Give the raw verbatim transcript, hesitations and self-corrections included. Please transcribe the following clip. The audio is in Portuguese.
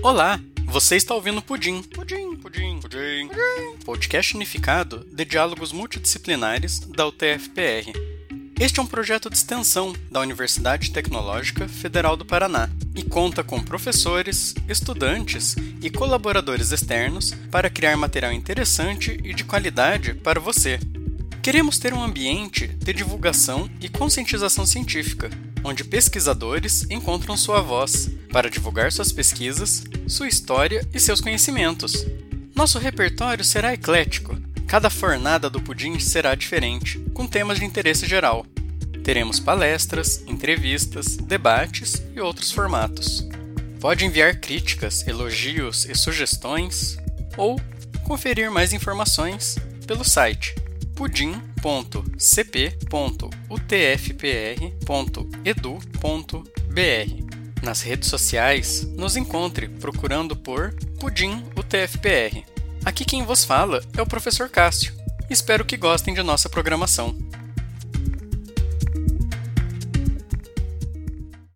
Olá, você está ouvindo Pudim. Pudim, pudim, pudim, pudim. Podcast unificado de diálogos multidisciplinares da U T F P R. Este é um projeto de extensão da Universidade Tecnológica Federal do Paraná e conta com professores, estudantes e colaboradores externos para criar material interessante e de qualidade para você. Queremos ter um ambiente de divulgação e conscientização científica, onde pesquisadores encontram sua voz para divulgar suas pesquisas, sua história e seus conhecimentos. Nosso repertório será eclético. Cada fornada do Pudim será diferente, com temas de interesse geral. Teremos palestras, entrevistas, debates e outros formatos. Pode enviar críticas, elogios e sugestões, ou conferir mais informações pelo site pudim ponto c p ponto u t f p r ponto e d u ponto b r. Nas redes sociais, nos encontre procurando por Pudim U T F P R. Aqui quem vos fala é o professor Cássio. Espero que gostem de nossa programação.